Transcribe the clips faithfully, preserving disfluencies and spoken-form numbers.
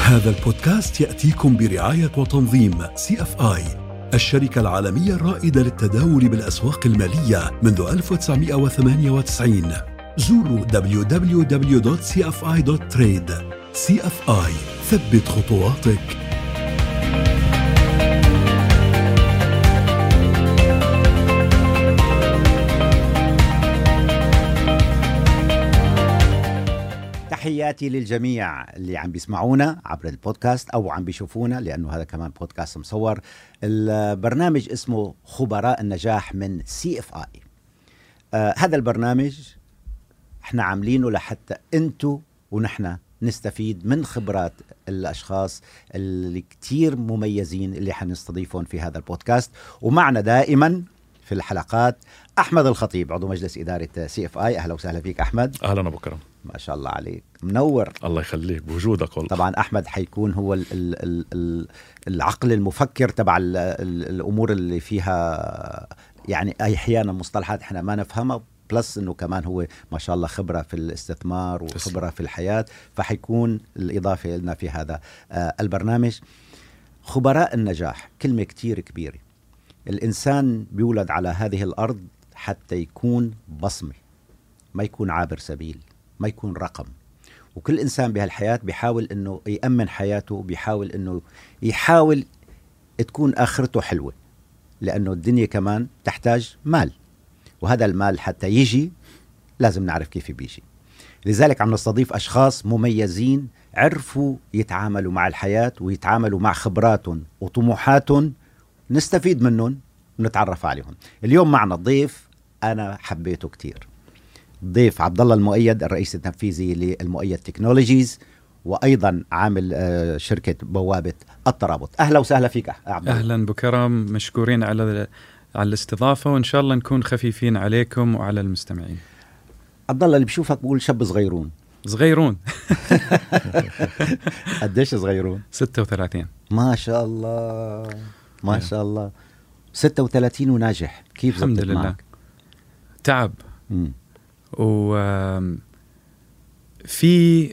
هذا البودكاست يأتيكم برعاية وتنظيم سي إف آي، الشركة العالمية الرائدة للتداول بالأسواق المالية منذ ألف وتسعمائة وثمانية وتسعين. زوروا دبليو دبليو دبليو دوت سي إف آي دوت تريد. سي إف آي، ثبت خطواتك. تحياتي للجميع اللي عم بيسمعونا عبر البودكاست أو عم بيشوفونا، لأنه هذا كمان بودكاست مصور. البرنامج اسمه خبراء النجاح من سي إف آي. آه هذا البرنامج احنا عاملينه لحتى انتو ونحن نستفيد من خبرات الأشخاص اللي كتير مميزين اللي حنستضيفهم في هذا البودكاست. ومعنا دائما في الحلقات أحمد الخطيب، عضو مجلس إدارة سي إف آي. أهلا وسهلا فيك أحمد. أهلا أبو كرم. ما شاء الله عليك، منور. الله يخليك بوجودك والله. طبعا أحمد حيكون هو ال ال ال العقل المفكر تبع ال ال الأمور اللي فيها يعني أحيانا مصطلحات احنا ما نفهمها، بلس انه كمان هو ما شاء الله خبرة في الاستثمار وخبرة في الحياة، فحيكون الإضافة لنا في هذا آه البرنامج. خبراء النجاح كلمة كتير كبيرة. الإنسان بيولد على هذه الأرض حتى يكون بصمة، ما يكون عابر سبيل، ما يكون رقم. وكل إنسان بهالحياة بيحاول إنه يأمن حياته، بيحاول إنه يحاول تكون آخرته حلوة، لأنه الدنيا كمان تحتاج مال، وهذا المال حتى يجي لازم نعرف كيف بيجي. لذلك عم نستضيف أشخاص مميزين عرفوا يتعاملوا مع الحياة ويتعاملوا مع خبراتهم وطموحاتهم، نستفيد منهم ونتعرف عليهم. اليوم معنا ضيف أنا حبيته كتير، ضيف عبد الله المؤيد، الرئيس التنفيذي للمؤيد تكنولوجيز، وأيضا عامل شركة بوابة الترابط. أهلا وسهلا فيك عبد الله. أهلا بكرم، مشكورين على على الاستضافة، وإن شاء الله نكون خفيفين عليكم وعلى المستمعين. عبد الله اللي بشوفك بقول شاب صغيرون. صغيرون. قديش صغيرون؟ ستة وثلاثين. ما شاء الله ما شاء الله. ستة وثلاثين وناجح. كيف؟ الحمد لله معك؟ تعب. مم. وفي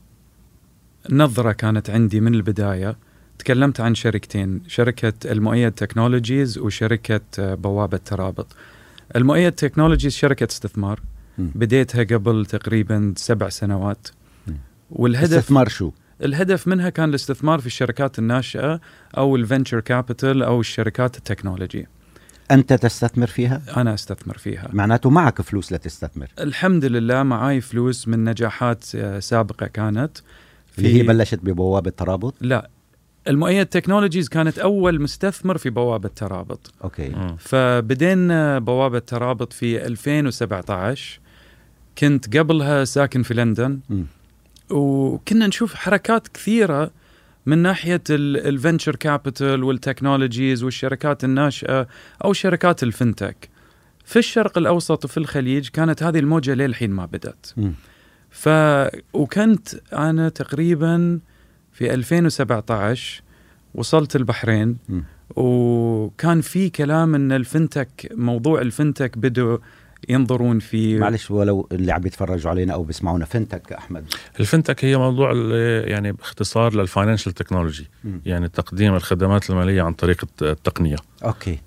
نظرة كانت عندي من البداية. تكلمت عن شركتين، شركة المؤيد تكنولوجيز وشركة بوابة ترابط. المؤيد تكنولوجيز شركة استثمار، م. بديتها قبل تقريبا سبع سنوات. م. والهدف استثمار شو؟ الهدف منها كان الاستثمار في الشركات الناشئة أو الفنتشر كابيتال أو الشركات التكنولوجي. أنت تستثمر فيها؟ أنا أستثمر فيها. معناته معك فلوس لتستثمر؟ الحمد لله معاي فلوس من نجاحات سابقة كانت. اللي هي بلشت ببوابة ترابط؟ لا، المؤيد تكنولوجيز كانت أول مستثمر في بوابة ترابط. أوكي. م. فبدينا بوابة ترابط في ألفين وسبعة عشر. كنت قبلها ساكن في لندن. م. وكنا نشوف حركات كثيرة من ناحية الفنتشر كابيتال والتكنولوجيز والشركات الناشئة أو شركات الفنتك في الشرق الأوسط وفي الخليج. كانت هذه الموجة للحين ما بدأت. م. ف وكنت أنا تقريبا في ألفين وسبعة عشر وصلت البحرين. م. وكان في كلام ان الفنتك، موضوع الفنتك بدوا ينظرون في. معلش ولو اللي عم يتفرجوا علينا او بيسمعونا، فنتك احمد؟ الفنتك هي موضوع يعني باختصار للفاينانشال تكنولوجي، يعني تقديم الخدمات المالية عن طريق التقنية. اوكي.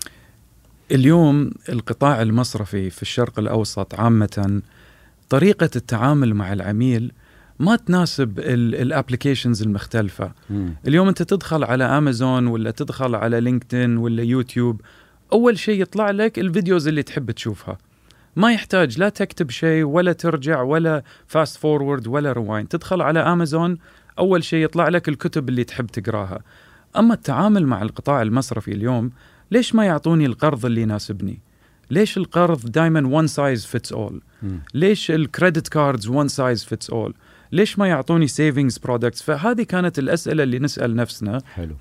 اليوم القطاع المصرفي في الشرق الاوسط عامة طريقة التعامل مع العميل ما تناسب الابليكيشنز المختلفة. مم. اليوم انت تدخل على امازون ولا تدخل على لينكدين ولا يوتيوب، اول شيء يطلع لك الفيديوز اللي تحب تشوفها، ما يحتاج لا تكتب شيء ولا ترجع ولا فاست فورورد ولا رواين. تدخل على امازون اول شيء يطلع لك الكتب اللي تحب تقراها. اما التعامل مع القطاع المصرفي اليوم، ليش ما يعطوني القرض اللي يناسبني؟ ليش القرض دايما one size fits all؟ مم. ليش الكريدت كاردز one size fits all؟ ليش ما يعطوني savings products؟ فهذه كانت الأسئلة اللي نسأل نفسنا. حلو.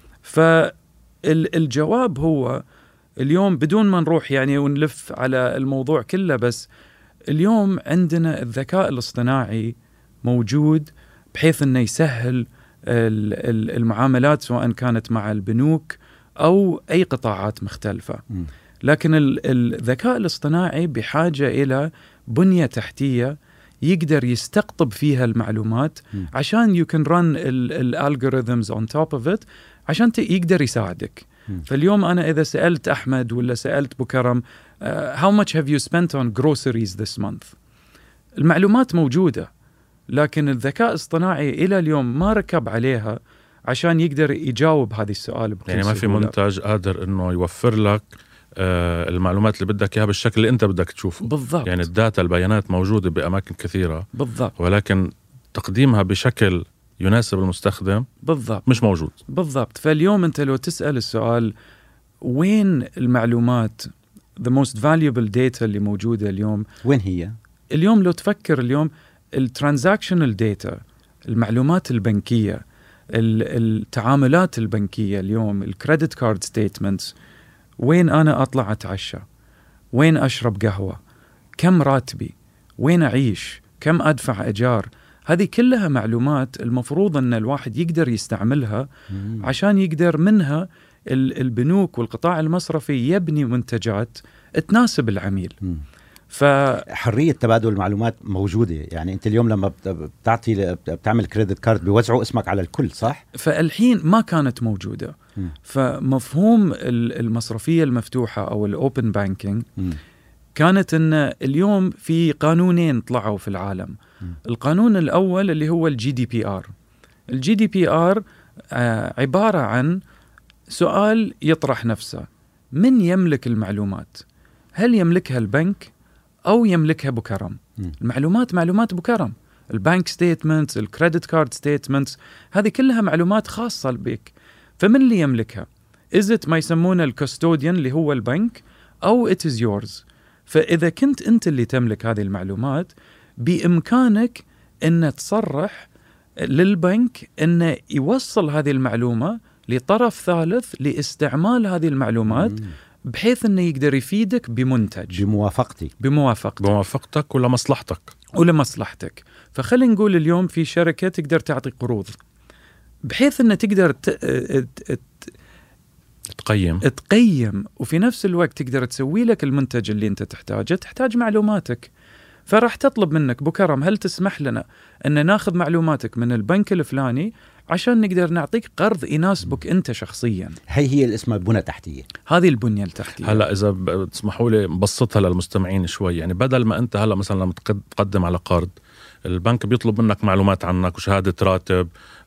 فالجواب هو اليوم بدون ما نروح يعني ونلف على الموضوع كله، بس اليوم عندنا الذكاء الاصطناعي موجود بحيث أنه يسهل المعاملات سواء كانت مع البنوك أو أي قطاعات مختلفة. م. لكن الذكاء الاصطناعي بحاجة إلى بنية تحتية يقدر يستقطب فيها المعلومات م. عشان you can run الالجوريثمز on top of it عشان يقدر يساعدك. م. فاليوم أنا إذا سألت أحمد ولا سألت أبو كرم uh, how much have you spent on groceries this month، المعلومات موجودة، لكن الذكاء الاصطناعي إلى اليوم ما ركب عليها عشان يقدر يجاوب هذه السؤال بكل يعني ما في سهولة. منتج قادر إنه يوفر لك آه المعلومات اللي بدك إياها بالشكل اللي أنت بدك تشوفه. بالضبط. يعني الداتا البيانات موجودة بأماكن كثيرة بالضبط، ولكن تقديمها بشكل يناسب المستخدم بالضبط مش موجود. بالضبط. فاليوم أنت لو تسأل السؤال وين المعلومات the most valuable data اللي موجودة اليوم، وين هي؟ اليوم لو تفكر اليوم الترانزاكشنال داتا، المعلومات البنكية، التعاملات البنكية اليوم، الكريدت كارد ستيتمنتس، وين أنا أطلع أتعشى، وين أشرب قهوة، كم راتبي، وين أعيش، كم أدفع إيجار، هذه كلها معلومات المفروض أن الواحد يقدر يستعملها مم. عشان يقدر منها البنوك والقطاع المصرفي يبني منتجات تناسب العميل. مم. فحرية تبادل المعلومات موجودة. يعني أنت اليوم لما بتعطي بتعمل كريدت كارد بيوزعوا اسمك على الكل، صح؟ فالحين ما كانت موجودة. م. فمفهوم المصرفية المفتوحة أو الأوبن بانكينج كانت أن اليوم في قانونين طلعوا في العالم. م. القانون الأول اللي هو الجي دي بي آر. الجي دي بي آر عبارة عن سؤال يطرح نفسه: من يملك المعلومات؟ هل يملكها البنك أو يملكها أبو كرم؟ م. المعلومات معلومات أبو كرم، البانك ستيتمنتس، الكريدت كارد ستيتمنتس، هذه كلها معلومات خاصة بك. فمن اللي يملكها؟ is it ما يسمونه الكستوديان اللي هو البنك، أو it is yours. فإذا كنت أنت اللي تملك هذه المعلومات، بإمكانك أن تصرح للبنك أن يوصل هذه المعلومة لطرف ثالث لاستعمال هذه المعلومات، م. بحيث أنه يقدر يفيدك بمنتج بموافقتي بموافقتك بموافقتك ولا مصلحتك ولا مصلحتك. فخلينا نقول اليوم في شركة تقدر تعطي قروض بحيث أنه تقدر ت... ت... تقيم تقيم وفي نفس الوقت تقدر تسوي لك المنتج اللي أنت تحتاجه. تحتاج معلوماتك، فراح تطلب منك: أبو كرم، هل تسمح لنا أن ناخذ معلوماتك من البنك الفلاني عشان نقدر نعطيك قرض يناسبك أنت شخصيا؟ هي هي اللي اسمها بنى تحتية. هذه البنية التحتية. هلا إذا بتسمحوا لي بسطها للمستمعين شوي. يعني بدل ما أنت هلا مثلا لما تقدم على قرض، البنك بيطلب منك معلومات عنك وشهادة راتب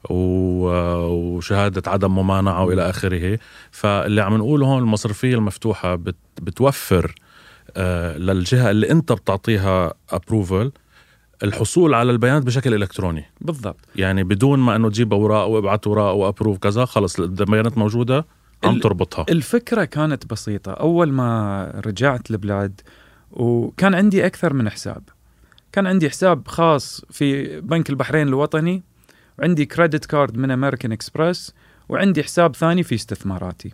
وشهادة عدم ممانعة وإلى آخره. فاللي عم نقوله هون المصرفية المفتوحة بت بتوفر آه للجهة اللي أنت بتعطيها أبروفل الحصول على البيانات بشكل إلكتروني. بالضبط. يعني بدون ما أنه تجيب أوراق وابعت أوراق وأبروف كذا، خلص البيانات موجودة عم تربطها. الفكرة كانت بسيطة. أول ما رجعت البلاد وكان عندي أكثر من حساب، كان عندي حساب خاص في بنك البحرين الوطني، وعندي كريدت كارد من أمريكان إكسبرس، وعندي حساب ثاني في استثماراتي.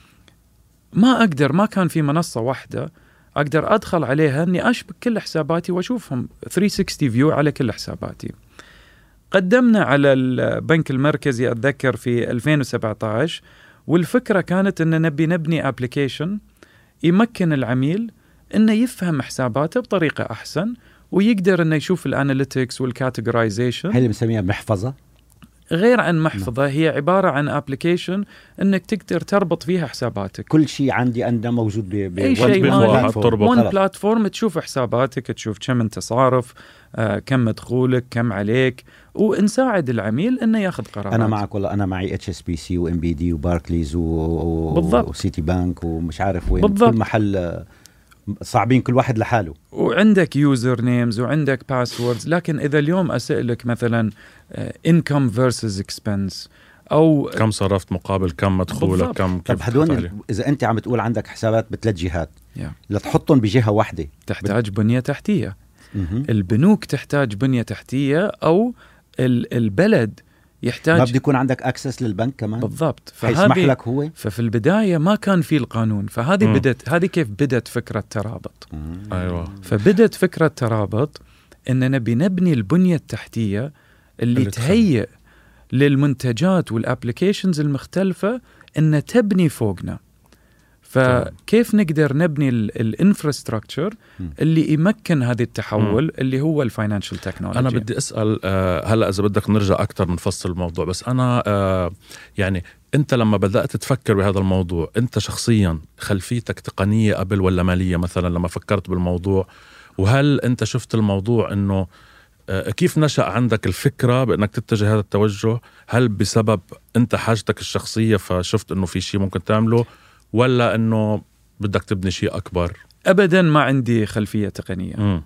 ما أقدر، ما كان في منصة واحدة أقدر أدخل عليها أني أشبك كل حساباتي وأشوفهم ثلاثمية وستين فيو على كل حساباتي. قدمنا على البنك المركزي أتذكر في ألفين وسبعة عشر، والفكرة كانت أن نبي نبني أبليكيشن يمكن العميل أنه يفهم حساباته بطريقة أحسن، ويقدر أنه يشوف الاناليتكس والكاتيجورايزيشن. هل مسميها محفظة؟ غير عن محفظة، هي عبارة عن أبليكيشن أنك تقدر تربط فيها حساباتك. كل شيء عندي أنا موجود ب أي شيء وان بلاتفورم، تشوف حساباتك، تشوف كم أنت صارف، آه، كم مدخولك، كم عليك، ونساعد العميل أنه ياخذ قرارات. أنا معك والله، أنا معي اتش اس بي سي وام بي دي وباركليز وسيتي بانك ومش عارف وين. بالضبط. كل محل صعبين، كل واحد لحاله، وعندك يوزر نيمز وعندك باسوردز. لكن إذا اليوم أسألك مثلا income versus expense، أو كم صرفت مقابل كم مدخولك، كم طب هدول إذا أنت عم تقول عندك حسابات بثلاث جهات، yeah. لتحطهم بجهة واحدة تحتاج بت... بنية تحتية. م-م. البنوك تحتاج بنية تحتية، أو البلد يحتاج، ما بده يكون عندك أكسس للبنك كمان. بالضبط. فيسمح لك هو. ففي البداية ما كان في القانون، فهذه م. بدت هذه كيف بدت فكرة ترابط. م. أيوة. فبدت فكرة ترابط إننا نبي نبني البنية التحتية اللي, اللي تهيئ للمنتجات والابليكيشنز المختلفة إن تبني فوقنا. فكيف نقدر نبني الانفراستراكشر اللي يمكن هذا التحول م. اللي هو الفاينانشال تكنولوجي. أنا بدي أسأل آه هلأ إذا بدك نرجع أكتر نفصل الموضوع، بس أنا آه يعني أنت لما بدأت تفكر بهذا الموضوع أنت شخصيا خلفيتك تقنية قبل ولا مالية مثلا لما فكرت بالموضوع؟ وهل أنت شفت الموضوع أنه آه كيف نشأ عندك الفكرة بأنك تتجه هذا التوجه؟ هل بسبب أنت حاجتك الشخصية فشفت أنه في شيء ممكن تعمله، ولا أنه بدك تبني شيء أكبر؟ أبدا ما عندي خلفية تقنية م.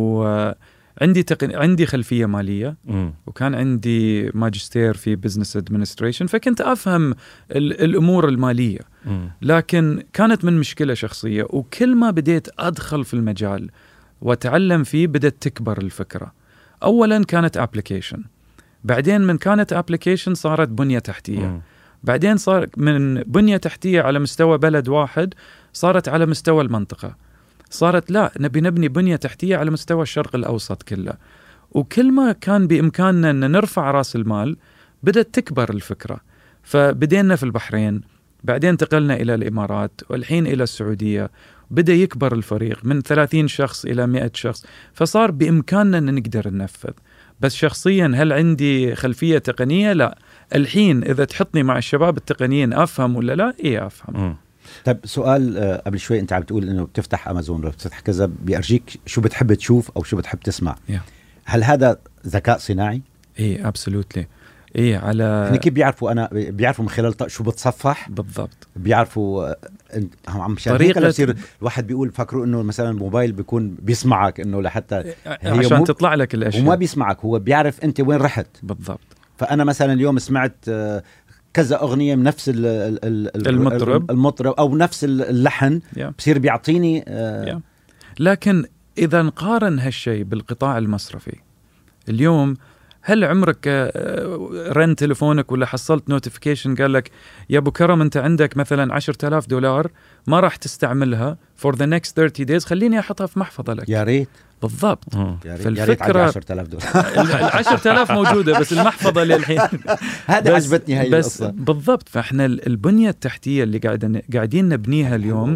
وعندي تقن... عندي خلفية مالية م. وكان عندي ماجستير في بزنس ادمنستريشن، فكنت أفهم ال... الأمور المالية م. لكن كانت من مشكلة شخصية، وكل ما بديت أدخل في المجال وأتعلم فيه بدأت تكبر الفكرة. أولا كانت أبليكيشن، بعدين من كانت أبليكيشن صارت بنية تحتية م. بعدين صار من بنية تحتية على مستوى بلد واحد صارت على مستوى المنطقة، صارت لا نبي نبني بنية تحتية على مستوى الشرق الأوسط كله. وكل ما كان بإمكاننا أن نرفع رأس المال بدأت تكبر الفكرة. فبدينا في البحرين، بعدين انتقلنا إلى الإمارات، والحين إلى السعودية. بدأ يكبر الفريق من ثلاثين شخص إلى مئة شخص، فصار بإمكاننا أن نقدر ننفذ. بس شخصيا هل عندي خلفية تقنية؟ لا. الحين إذا تحطني مع الشباب التقنيين أفهم ولا لا؟ إيه أفهم. م. طيب سؤال آه قبل شوي أنت عم بتقول إنه بتفتح أمازون بتفتح كذا، بيرجيك شو بتحب تشوف أو شو بتحب تسمع. yeah. هل هذا ذكاء صناعي؟ إيه أبسولوتلي. إيه على يعني كيف بيعرفوا أنا بيعرفوا من خلال شو بتصفح بالضبط، بيعرفوا عم مشان هيك يصير الواحد بيقول فكروا إنه مثلا الموبايل بيكون بيسمعك إنه لحتى عشان مو... تطلع لك الأشياء، وما بيسمعك، هو بيعرف أنت وين رحت بالضبط. فأنا مثلا اليوم سمعت كذا أغنية من نفس ال ال المطرب المطرب أو نفس اللحن yeah. بصير بيعطيني yeah. لكن إذا نقارن هالشيء بالقطاع المصرفي اليوم، هل عمرك رن تلفونك ولا حصلت نوتيفيكيشن قال لك يا أبو كرم أنت عندك مثلا عشرة آلاف دولار ما راح تستعملها for the next thirty days، خليني أحطها في محفظة لك؟ يا ريت بالضبط. فالفكرة عشرة آلاف دولار العشرة آلاف موجودة بس المحفظة للحين هذا عجبتني هاي بس بالضبط. فإحنا البنية التحتية اللي قاعدين قاعدين نبنيها اليوم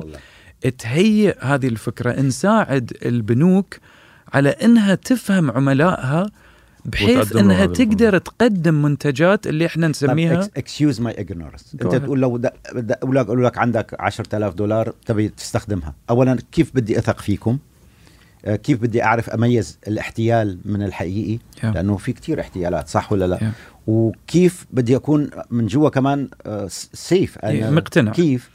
تهيئ هذه الفكرة، نساعد البنوك على إنها تفهم عملائها بحيث انها تقدر تقدم منتجات اللي احنا نسميها excuse my ignorance. انت تقول لو اقول لك اقول لك عندك عشرة آلاف دولار تبي تستخدمها، اولا كيف بدي اثق فيكم؟ كيف بدي اعرف اميز الاحتيال من الحقيقي؟ yeah. لانه في كتير احتيالات، صح ولا لا؟ yeah. وكيف بدي اكون من جوا كمان سيف؟ yeah. مقتنع. كيف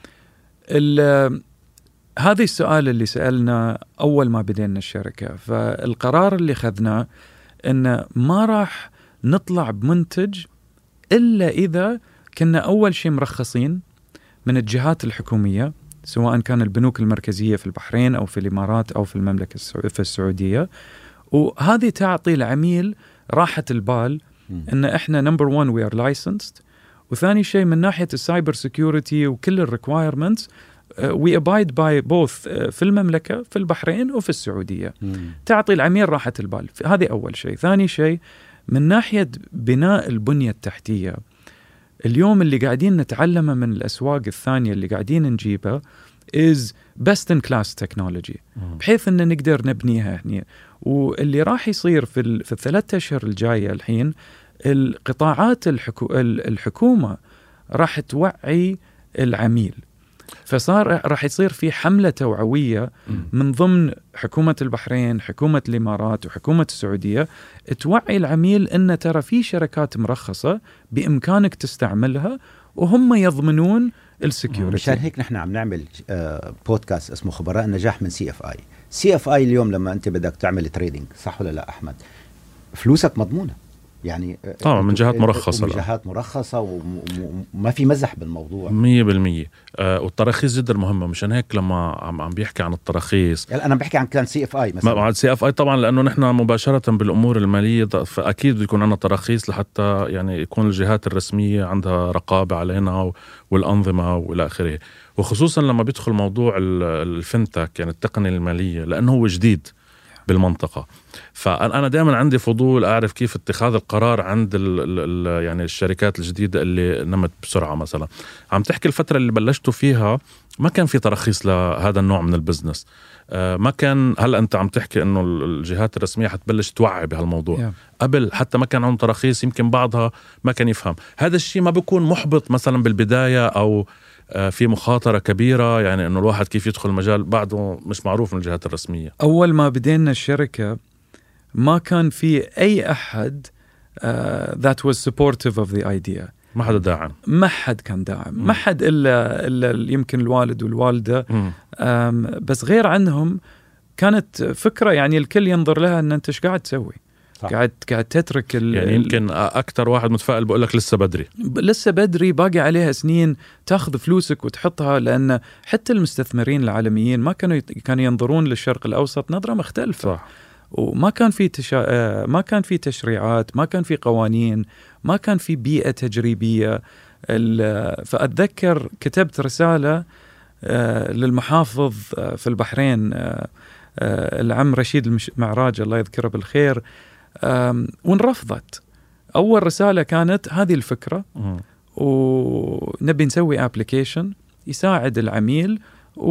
هذا السؤال اللي سألنا اول ما بدينا الشركة، فالقرار اللي خذناه إن ما راح نطلع بمنتج إلا إذا كنا أول شيء مرخصين من الجهات الحكومية، سواء كان البنوك المركزية في البحرين أو في الإمارات أو في المملكة في السعودية. وهذه تعطي العميل راحة البال إن إحنا number one we are licensed، وثاني شيء من ناحية السايبر سيكيورتي وكل الريكوايرمنتس we abide by both في المملكة في البحرين وفي السعودية. مم. تعطي العميل راحة البال، هذه أول شيء. ثاني شيء من ناحية بناء البنية التحتية، اليوم اللي قاعدين نتعلمه من الأسواق الثانية اللي قاعدين نجيبها is best in class technology، بحيث أن نقدر نبنيها هنا. واللي راح يصير في, ال... في الثلاثة أشهر الجاية الحين، القطاعات الحكو... الحكومة راح توعي العميل، فصار راح يصير في حملة توعوية من ضمن حكومة البحرين، حكومة الإمارات وحكومة السعودية، توعي العميل إن ترى في شركات مرخصة بإمكانك تستعملها وهم يضمنون السكيورتي. مشان هيك نحن عم نعمل بودكاست اسمه خبراء النجاح من سي اف اي. سي اف اي اليوم لما أنت بدك تعمل تريدينج، صح ولا لا أحمد؟ فلوسك مضمونة يعني طبعا من جهات مرخصة، من جهات مرخصة وما في مزح بالموضوع مية بالمية. آه والتراخيص جدا مهمة. مشان هيك لما عم عم بيحكي عن التراخيص، يعني أنا بحكي عن كان سي اف اي مثلا، مع سي اف اي طبعا، لأنه نحن مباشرة بالأمور المالية، فأكيد بيكون عنا تراخيص لحتى يعني يكون الجهات الرسمية عندها رقابة علينا والأنظمة وإلى آخره. وخصوصا لما بيدخل موضوع الفنتك يعني التقنية المالية، لأنه هو جديد بالمنطقة. فأنا دائما عندي فضول أعرف كيف اتخاذ القرار عند ال ال يعني الشركات الجديدة اللي نمت بسرعة. مثلا عم تحكي الفترة اللي بلشتوا فيها ما كان في ترخيص لهذا النوع من البزنس، ما كان. هلا أنت عم تحكي إنه الجهات الرسمية حتبلش توعي بهالموضوع. yeah. قبل حتى ما كان عندهم تراخيص، يمكن بعضها ما كان يفهم. هذا الشيء ما بيكون محبط مثلا بالبداية، أو في مخاطرة كبيرة يعني إنه الواحد كيف يدخل المجال بعده مش معروف من الجهات الرسمية؟ أول ما بدينا الشركة ما كان في أي أحد uh, that was supportive of the idea. ما حدا داعم، ما حد كان داعم، ما حد إلا, إلا يمكن الوالد والوالدة. بس غير عنهم كانت فكرة يعني الكل ينظر لها أن أنت إيش قاعد تسوي. صح. قاعد قاعد تترك يعني يمكن أكتر واحد متفائل بقول لك لسه بدري، لسه بدري، باقي عليها سنين تاخذ فلوسك وتحطها. لأن حتى المستثمرين العالميين ما كانوا كانوا ينظرون للشرق الأوسط نظرة مختلفة. صح. وما كان في تشا... ما كان في تشريعات، ما كان في قوانين، ما كان في بيئة تجريبية. ال... فأتذكر كتبت رسالة للمحافظ في البحرين العم رشيد المعراج الله يذكره بالخير، ونرفضت. أول رسالة كانت هذه الفكرة ونبي نسوي أبليكيشن يساعد العميل،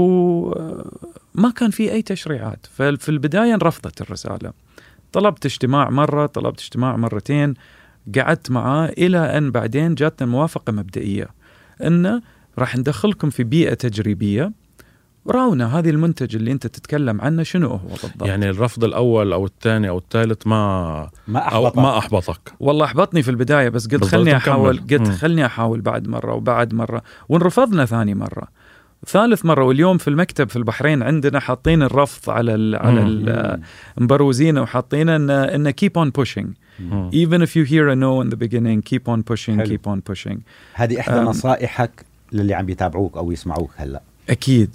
وما كان في أي تشريعات. ففي البداية رفضت الرسالة. طلبت اجتماع مرة، طلبت اجتماع مرتين، قعدت معاه إلى أن بعدين جاتنا موافقة مبدئية أنه راح ندخلكم في بيئة تجريبية، وراونا هذه المنتج اللي أنت تتكلم عنه شنو هو بالضبط. يعني الرفض الأول أو الثاني أو الثالث ما ما أحبطك؟ ما أحبطك؟ والله أحبطني في البداية، بس قلت خلني أحاول، قلت خلني أحاول بعد مرة وبعد مرة، ونرفضنا ثاني مرة، ثالث مرة. واليوم في المكتب في البحرين عندنا حاطين الرفض على ال على ال مبروزينه وحاطين إن إن keep on pushing مم. even if you hear a no in the beginning keep on pushing حلو. keep on pushing. هذه إحدى نصائحك للي عم بيتابعوك أو يسمعوك هلا؟ أكيد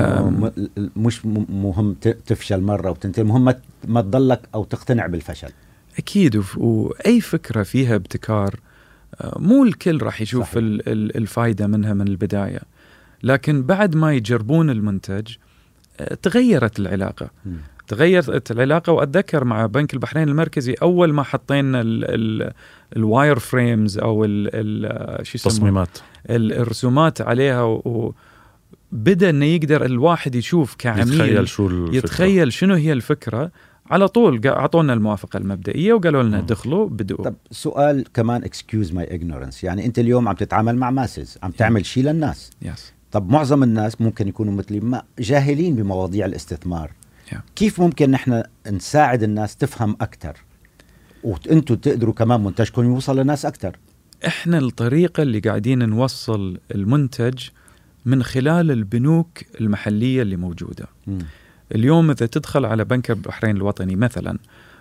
مش مهم تفشل مرة وتنتهي، مهم ما تضلك أو تقتنع بالفشل. أكيد. وأي فكرة فيها ابتكار مو الكل راح يشوف الفائدة منها من البداية، لكن بعد ما يجربون المنتج تغيرت العلاقة. م. تغيرت العلاقة. وأتذكر مع بنك البحرين المركزي أول ما حطينا الواير فريمز أو التصميمات الرسومات عليها، و بدأ أنه يقدر الواحد يشوف كعميل يتخيل, شو يتخيل شنو هي الفكرة. على طول أعطونا الموافقة المبدئية وقالوا لنا دخلوا بدؤوا. طب سؤال كمان excuse my ignorance، يعني أنت اليوم عم تتعامل مع ماسز، عم تعمل شيء للناس. yes. طب معظم الناس ممكن يكونوا مثلي ما جاهلين بمواضيع الاستثمار. yeah. كيف ممكن نحن نساعد الناس تفهم أكتر وأنتوا تقدروا كمان منتجكم يوصل للناس أكتر؟ إحنا الطريقة اللي قاعدين نوصل المنتج من خلال البنوك المحلية اللي موجودة. م. اليوم إذا تدخل على بنك البحرين الوطني مثلا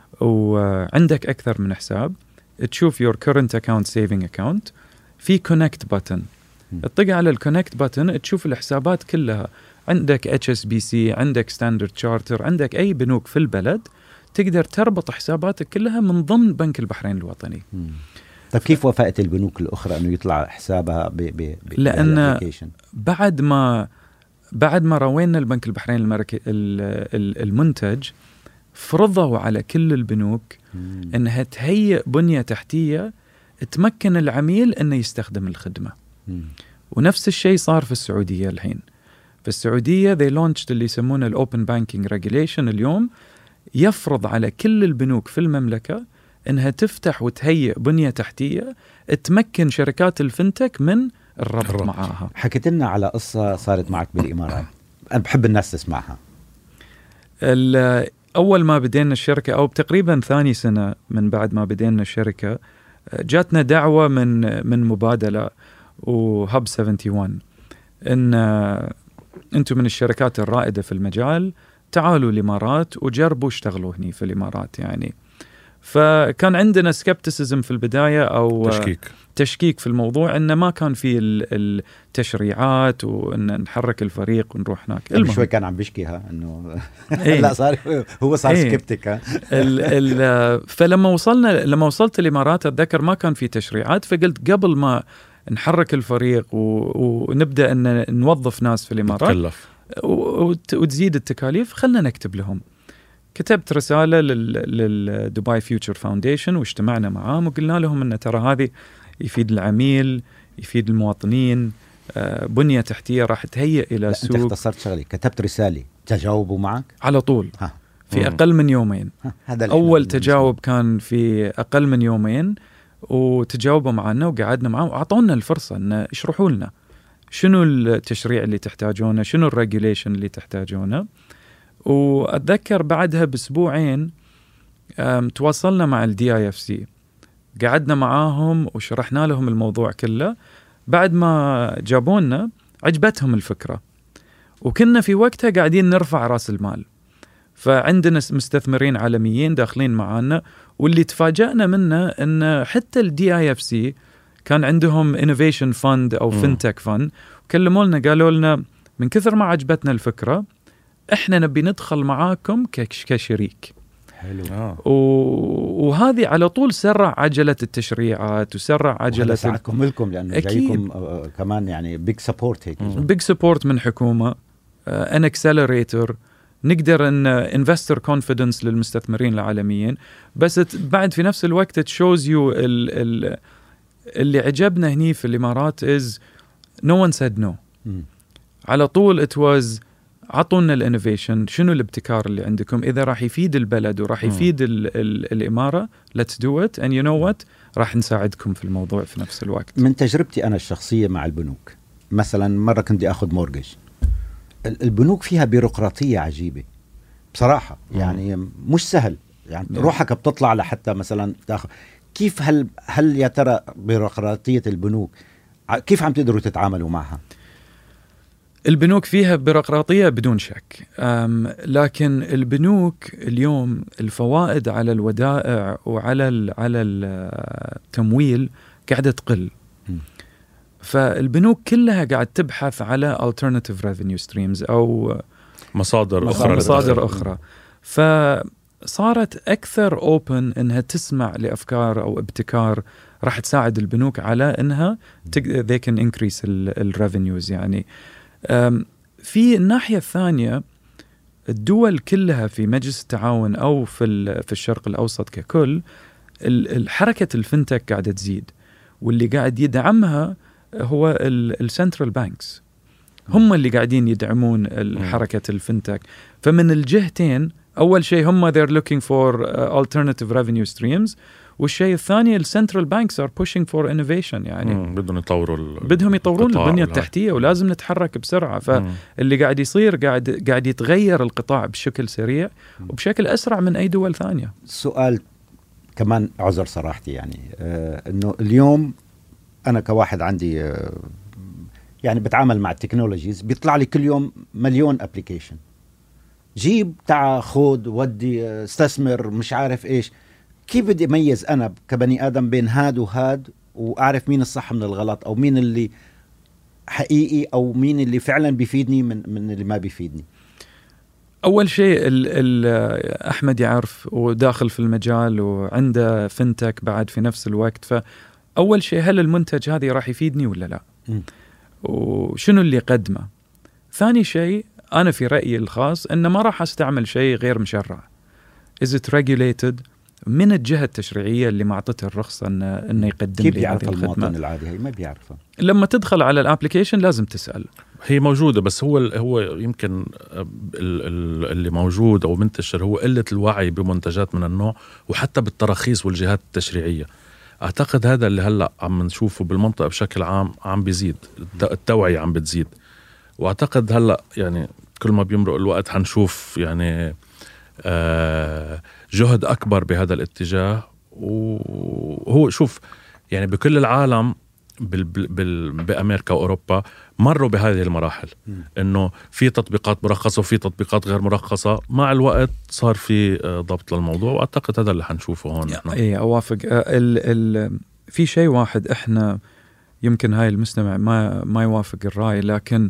وعندك أكثر من حساب، تشوف your current account saving account، في connect button، تطق على الconnect button تشوف الحسابات كلها. عندك إتش إس بي سي، عندك Standard Charter، عندك أي بنوك في البلد، تقدر تربط حساباتك كلها من ضمن بنك البحرين الوطني. م. طب كيف وافقت البنوك الأخرى أنه يطلع حسابها ب ب ب لأن بعد ما بعد ما روينا البنك البحرين المركزي المنتج، فرضوا على كل البنوك مم. أنها تهيئ بنية تحتية تمكن العميل أنه يستخدم الخدمة. مم. ونفس الشيء صار في السعودية الحين. في السعودية they launched اللي يسمونه الأوبن بانكينج ريجوليشن اليوم، يفرض على كل البنوك في المملكة أنها تفتح وتهيئ بنية تحتية تمكن شركات الفنتك من الربط, الربط. معاها. حكيت لنا على قصة صارت معك بالإمارات، أنا بحب الناس تسمعها. أول ما بدينا الشركة أو تقريبا ثاني سنة من بعد ما بدينا الشركة، جاتنا دعوة من من مبادلة وهب واحد وسبعين إن أنتم من الشركات الرائدة في المجال، تعالوا الإمارات وجربوا اشتغلوا هني في الإمارات. يعني فكان عندنا سكبتسيزم في البداية أو تشكيك تشكيك في الموضوع، إنه ما كان في التشريعات وإن نحرك الفريق ونروح هناك. المهم شوي كان عم بيشكيها إنه لا صار هو صار ايه سكبتك. ال ال فلما وصلنا لما وصلت الإمارات أتذكر ما كان في تشريعات، فقلت قبل ما نحرك الفريق ونبدأ إن نوظف ناس في الإمارات وتزيد التكاليف، خلنا نكتب لهم. كتبت رسالة للدبي فيوتشر فاونديشن واجتمعنا معاهم وقلنا لهم أن ترى هذه يفيد العميل، يفيد المواطنين، بنية تحتية راح تهيئ إلى السوق. أنت اختصرت شغلي، كتبت رسالة، تجاوبوا معك على طول ها. في مم. أقل من يومين. أول تجاوب نسمع. كان في أقل من يومين، وتجاوبوا معنا وقعدنا معهم وأعطونا الفرصة أن يشرحوا لنا شنو التشريع اللي تحتاجونه، شنو الريجوليشن اللي تحتاجونه. وأتذكر بعدها بأسبوعين تواصلنا مع الدي آي اف سي، قعدنا معاهم وشرحنا لهم الموضوع كله. بعد ما جابونا عجبتهم الفكرة، وكنا في وقتها قاعدين نرفع رأس المال، فعندنا مستثمرين عالميين داخلين معانا. واللي تفاجأنا منه أن حتى الدي آي اف سي كان عندهم innovation fund أو fintech fund، وكلموا لنا قالوا لنا من كثر ما عجبتنا الفكرة احنا نبي ندخل معاكم كشريك. حلو. آه. وهذه على طول سرع عجلة التشريعات وسرع عجلة ساعدكم لكم لأنه جايكم آه كمان يعني بيج سبورت هيك بيج سبورت من حكومة، ان اكسلريتور، نقدر ان انفستر كونفيدنس للمستثمرين العالميين. بس بعد في نفس الوقت تشوز يو اللي عجبنا هني في الإمارات is no one said no. م. على طول it was عطونا الانوفيشن، شنو الابتكار اللي عندكم، إذا راح يفيد البلد وراح يفيد ال ال الإمارة let's do it and you know what راح نساعدكم في الموضوع في نفس الوقت. من تجربتي أنا الشخصية مع البنوك، مثلا مرة كنت أخذ مورجج، البنوك فيها بيروقراطية عجيبة بصراحة، يعني مش سهل، يعني روحك بتطلع لحتى مثلا تاخذ. كيف هل هل يا ترى بيروقراطية البنوك كيف عم تقدروا تتعاملوا معها؟ البنوك فيها بيروقراطية بدون شك، لكن البنوك اليوم الفوائد على الودائع وعلى ال على التمويل قاعدة تقل. م. فالبنوك كلها قاعد تبحث على alternative revenue streams أو مصادر أخرى مصادر أخرى. فصارت أكثر open إنها تسمع لأفكار أو ابتكار راح تساعد البنوك على إنها they can increase ال revenues. يعني في الناحية الثانية الدول كلها في مجلس التعاون أو في في الشرق الأوسط ككل الحركة الفنتك قاعدة تزيد، واللي قاعد يدعمها هو السنترال بانكس، هم اللي قاعدين يدعمون الحركة الفنتك. فمن الجهتين أول شيء هم they're looking for alternative revenue streams، والشيء الثاني السنترال بانكس are pushing for innovation. يعني بدهم يطوروا بدهم يطورون البنية التحتية ولازم نتحرك بسرعة. فاللي قاعد يصير قاعد قاعد يتغير القطاع بشكل سريع وبشكل أسرع من أي دول ثانية. سؤال كمان عذر صراحتي، يعني آه إنه اليوم أنا كواحد عندي آه يعني بتعامل مع التكنولوجيز، بيطلع لي كل يوم مليون ابليكيشن، جيب تعا خود ودي استثمر مش عارف إيش. كيف بدي أميز أنا كبني آدم بين هاد وهاد وأعرف مين الصح من الغلط، أو مين اللي حقيقي أو مين اللي فعلا بيفيدني من من اللي ما بيفيدني؟ أول شيء ال ال أحمد يعرف وداخل في المجال وعنده فنتك بعد في نفس الوقت. فأول شيء هل المنتج هذا راح يفيدني ولا لا، م. وشنو اللي قدمه. ثاني شيء أنا في رأيي الخاص أن ما راح أستعمل شيء غير مشرع. Is it regulated من الجهة التشريعية اللي ما أعطته الرخصة إنه إنه يقدم كيف لي هذه الخدمة؟ المواطن العادي هي ما بيعرفها. لما تدخل على الابليكيشن لازم تسأل. هي موجودة، بس هو هو يمكن اللي موجود أو منتشر هو قلة الوعي بمنتجات من النوع، وحتى بالتراخيص والجهات التشريعية. أعتقد هذا اللي هلأ عم نشوفه بالمنطقة بشكل عام عم بيزيد، التوعية عم بتزيد. وأعتقد هلأ يعني كل ما بيمرق الوقت حنشوف يعني آه جهد أكبر بهذا الاتجاه. وهو شوف يعني بكل العالم بال بال بأمريكا وأوروبا مروا بهذه المراحل، م. إنه في تطبيقات مرخصة وفي تطبيقات غير مرخصة. مع الوقت صار في ضبط للموضوع، وأعتقد هذا اللي حنشوفه هون. إيه أوافق. ال ال في شيء واحد إحنا يمكن هاي المستمع ما ما يوافق الرأي، لكن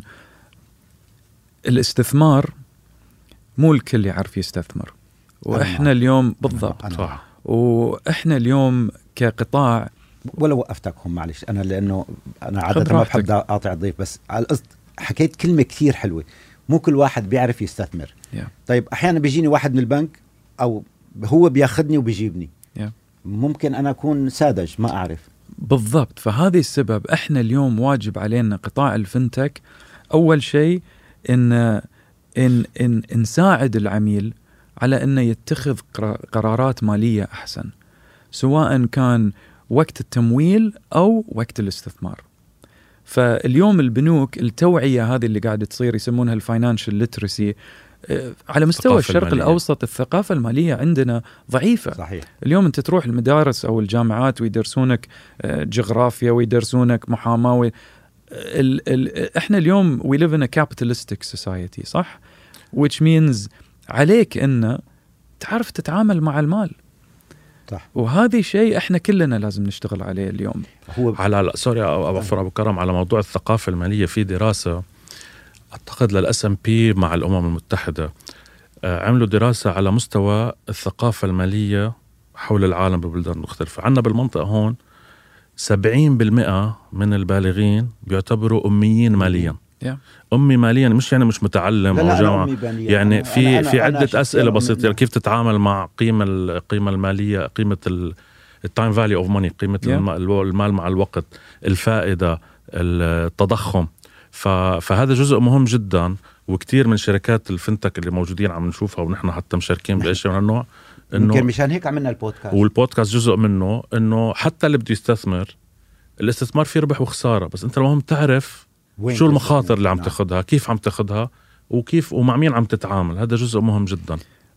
الاستثمار مو الكل يعرف يستثمر. وإحنا اليوم بالضبط صح. وإحنا اليوم كقطاع ولا وقفتكم معلش أنا لأنه أنا عادة ما بحب أقاطع ضيف، بس على القصد حكيت كلمة كثير حلوة، مو كل واحد بيعرف يستثمر. yeah. طيب أحيانا بيجيني واحد من البنك او هو بياخدني وبيجيبني. yeah. ممكن انا اكون ساذج ما اعرف. بالضبط. فهذه السبب احنا اليوم واجب علينا قطاع الفنتك اول شيء ان ان ان نساعد العميل على انه يتخذ قرارات ماليه احسن، سواء كان وقت التمويل او وقت الاستثمار. فاليوم البنوك التوعيه هذه اللي قاعده تصير يسمونها الفاينانشال ليترسي على مستوى الشرق المالية. الأوسط الثقافة المالية عندنا ضعيفة. صحيح. اليوم أنت تروح المدارس أو الجامعات ويدرسونك جغرافيا ويدرسونك محاماة وي... ال... ال... إحنا اليوم we live in a capitalistic society، صح؟ which means عليك أن تعرف تتعامل مع المال. صح. وهذه شيء إحنا كلنا لازم نشتغل عليه اليوم. هو على سوري أبو أبو كرم، على موضوع الثقافة المالية في دراسة أعتقد للأس إم بي مع الأمم المتحدة عملوا دراسة على مستوى الثقافة المالية حول العالم ببلدان مختلفة. عنا بالمنطقة هون سبعين بالمئة من البالغين بيعتبروا أميين ماليا. yeah. أمي ماليا مش يعني مش متعلم أو جامعة، يعني أنا في أنا في أنا عدة أنا أسئلة بسيطة كيف تتعامل مع قيمة القيمة المالية، قيمة التايم فاليو أوف ماني، قيمة yeah. المال مع الوقت، الفائدة، التضخم. فهذا جزء مهم جدا، وكتير من شركات الفنتك اللي موجودين عم نشوفها ونحن حتى مشاركين بأشياء من النوع، إنه مشان هيك عملنا البودكاست، والبودكاست جزء منه، إنه حتى اللي بده يستثمر، الاستثمار فيه ربح وخسارة، بس أنت المهم تعرف شو المخاطر اللي عم نعم. تاخدها، كيف عم تاخدها، وكيف ومع مين عم تتعامل. هذا جزء مهم جدا.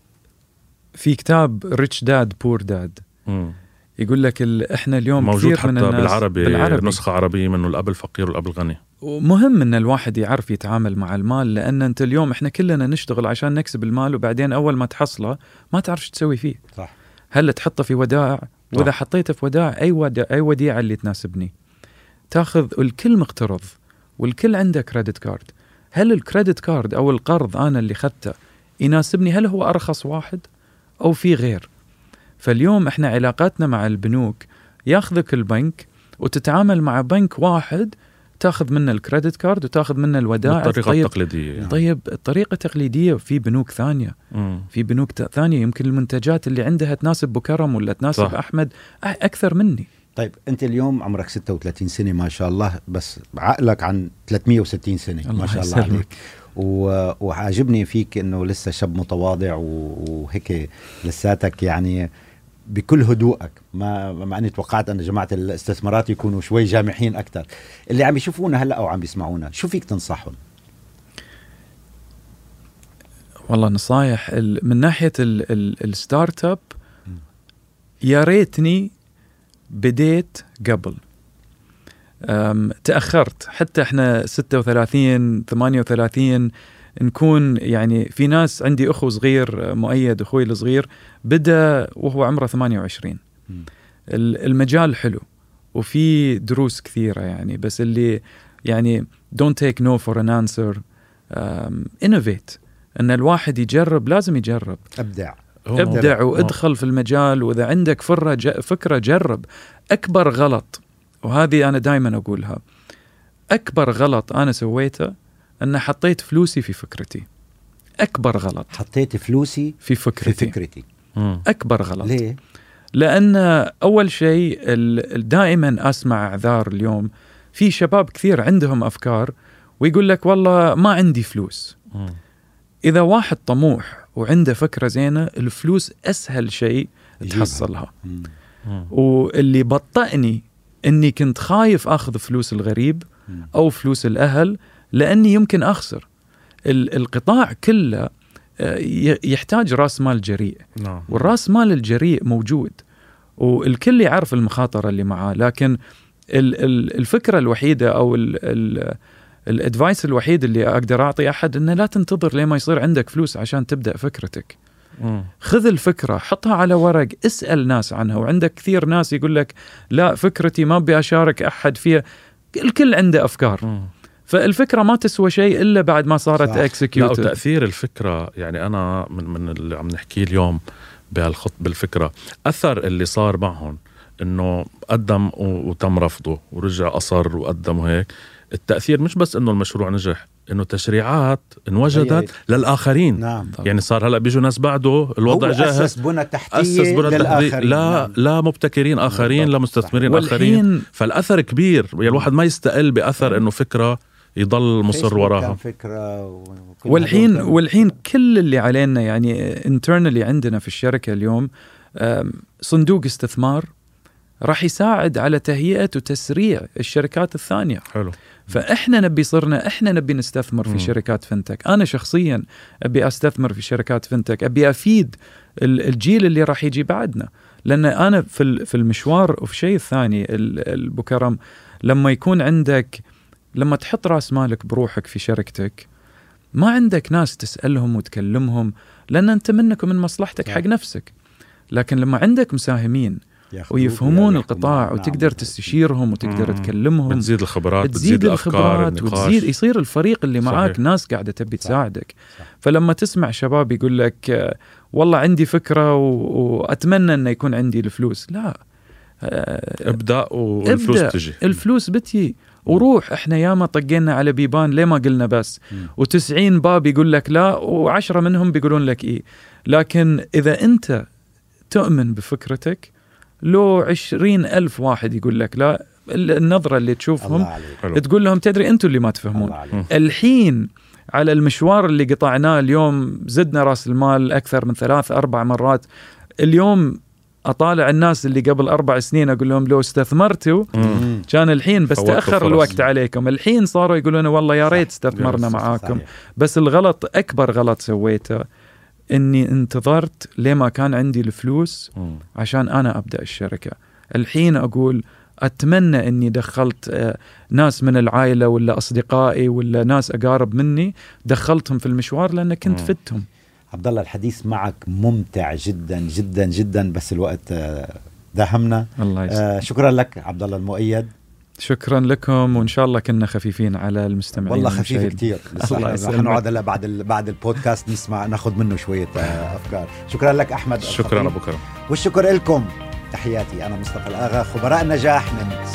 في كتاب ريتش داد بور داد يقول لك احنا اليوم موجود كثير حتى من الناس بالعربي, بالعربي نسخة عربية منه، الأب الفقير والأب الغني. ومهم ان الواحد يعرف يتعامل مع المال، لأن انت اليوم احنا كلنا نشتغل عشان نكسب المال، وبعدين اول ما تحصله ما تعرف شو تسوي فيه. صح. هل تحطه في ودائع، واذا حطيته في ودائع اي ودائع اي وديعة اللي تناسبني. تاخذ الكل مقترض والكل عنده كريدت كارد، هل الكريدت كارد او القرض انا اللي خدته يناسبني؟ هل هو ارخص واحد او في غير؟ فاليوم احنا علاقاتنا مع البنوك ياخذك البنك وتتعامل مع بنك واحد، تاخذ منه الكريدت كارد وتاخذ منه الودائع بالطريقة طيب التقليدية يعني. طيب الطريقة التقليدية. في بنوك ثانية مم. في بنوك ثانية يمكن المنتجات اللي عندها تناسب بكرم ولا تناسب صح. أحمد أكثر مني. طيب أنت اليوم عمرك ستة وثلاثين سنة ما شاء الله، بس عقلك عن ثلاثمية وستين سنة ما شاء الله عليك. وعاجبني فيك إنه لسه شاب متواضع وهيك لساتك يعني بكل هدوءك، ما ما أني توقعت أن جماعة الاستثمارات يكونوا شوي جامحين أكتر. اللي عم يشوفونا هلأ أو عم يسمعونا، شو فيك تنصحهم؟ والله نصايح من ناحية الستارت اب، يا ريتني بديت قبل، تأخرت. حتى احنا ستة وثلاثين ثمانية وثلاثين نكون يعني، في ناس عندي أخو صغير مؤيد أخوي الصغير بدأ وهو عمره ثمانية وعشرين. المجال حلو وفي دروس كثيرة يعني، بس اللي يعني don't take no for an answer. um, innovate، أن الواحد يجرب، لازم يجرب. أبدع ابدع وادخل في المجال، وإذا عندك فكرة جرب. أكبر غلط، وهذه أنا دايما أقولها، أكبر غلط أنا سويته أن حطيت فلوسي في فكرتي. أكبر غلط، حطيت فلوسي في فكرتي, في فكرتي. أكبر غلط. ليه؟ لأن أول شيء دائما أسمع أعذار اليوم، في شباب كثير عندهم أفكار ويقول لك والله ما عندي فلوس. مم. إذا واحد طموح وعنده فكرة زينة، الفلوس أسهل شيء تحصلها. واللي بطأني أني كنت خايف أخذ فلوس الغريب أو فلوس الأهل، لأني يمكن أخسر. القطاع كله يحتاج رأس مال جريء، نعم. والرأس مال الجريء موجود، والكل يعرف المخاطرة اللي معاه. لكن الفكرة الوحيدة أو الادفايس الوحيد اللي أقدر أعطي أحد، إنه لا تنتظر لما يصير عندك فلوس عشان تبدأ فكرتك. مم. خذ الفكرة، حطها على ورق، اسأل ناس عنها. وعندك كثير ناس يقول لك لا فكرتي ما بأشارك أحد فيها. الكل عنده أفكار. مم. فالفكرة ما تسوى شيء إلا بعد ما صارت اكسكيوتد. لا، وتأثير الفكرة يعني أنا من من اللي عم نحكيه اليوم بهالخط بالفكرة، أثر اللي صار معهم إنه قدم وتم رفضه ورجع أصر وقدم وهيك. التأثير مش بس إنه المشروع نجح، انه تشريعات انوجدت غيرت. للاخرين. نعم. يعني صار هلا بيجوا ناس بعده الوضع هو جاهز، أسس بنى تحتية أسس بنى للآخرين. تحتية لا نعم. لا مبتكرين آخرين، بالضبط. لا مستثمرين والحين آخرين. فالأثر كبير، يعني الواحد ما يستقل بأثر إنه فكرة يضل مصر وراها. فكرة و... والحين والحين كل اللي علينا يعني internally عندنا في الشركة اليوم صندوق استثمار راح يساعد على تهيئة وتسريع الشركات الثانية. حلو. فإحنا نبي صرنا إحنا نبي نستثمر في مم. شركات فنتك. أنا شخصيا أبي أستثمر في شركات فنتك، أبي أفيد الجيل اللي راح يجي بعدنا، لأن أنا في في المشوار. وفي شيء ثاني البكرم، لما يكون عندك لما تحط راس مالك بروحك في شركتك، ما عندك ناس تسألهم وتكلمهم، لأن أنت منك ومن مصلحتك حق نفسك. لكن لما عندك مساهمين ويفهمون القطاع وتقدر تستشيرهم وتقدر مم. تكلمهم، بتزيد الخبرات، بتزيد بتزيد الخبرات الأفكار، وتزيد يصير الفريق اللي معاك صحيح. ناس قاعدة تبي تساعدك. صح. فلما تسمع شباب يقول لك والله عندي فكرة وأتمنى أن يكون عندي الفلوس، لا، ابدأ والفلوس ابدأ. تجي. الفلوس بتجي وروح. احنا ياما طقينا على بيبان، ليه ما قلنا بس؟ وتسعين باب يقول لك لا، وعشرة منهم بيقولون لك إيه. لكن إذا أنت تؤمن بفكرتك، لو عشرين ألف واحد يقول لك لا، النظرة اللي تشوفهم تقول لهم تدري أنتوا اللي ما تفهمون. الحين على المشوار اللي قطعناه اليوم زدنا رأس المال أكثر من ثلاث أربع مرات. اليوم أطالع الناس اللي قبل أربع سنين أقول لهم لو استثمرتوا مم. كان الحين بس تأخر فرص. الوقت عليكم. الحين صاروا يقولون والله يا ريت استثمرنا معاكم. بس الغلط، أكبر غلط سويته، إني انتظرت لما كان عندي الفلوس عشان أنا أبدأ الشركة. الحين أقول أتمنى إني دخلت ناس من العائلة ولا أصدقائي ولا ناس أقارب مني، دخلتهم في المشوار لأن كنت فتهم. عبد الله، الحديث معك ممتع جدا جدا جدا، بس الوقت داهمنا. الله يسلمك. آه شكرا لك عبد الله المؤيد. شكرا لكم، وإن شاء الله كنا خفيفين على المستمعين. والله خفيف كتير. رح نقعد هلا بعد بعد البودكاست نسمع ناخذ منه شوية أفكار. شكرا لك أحمد. شكرا أبو كرم. والشكر لكم. تحياتي، أنا مصطفى الآغا، خبراء النجاح من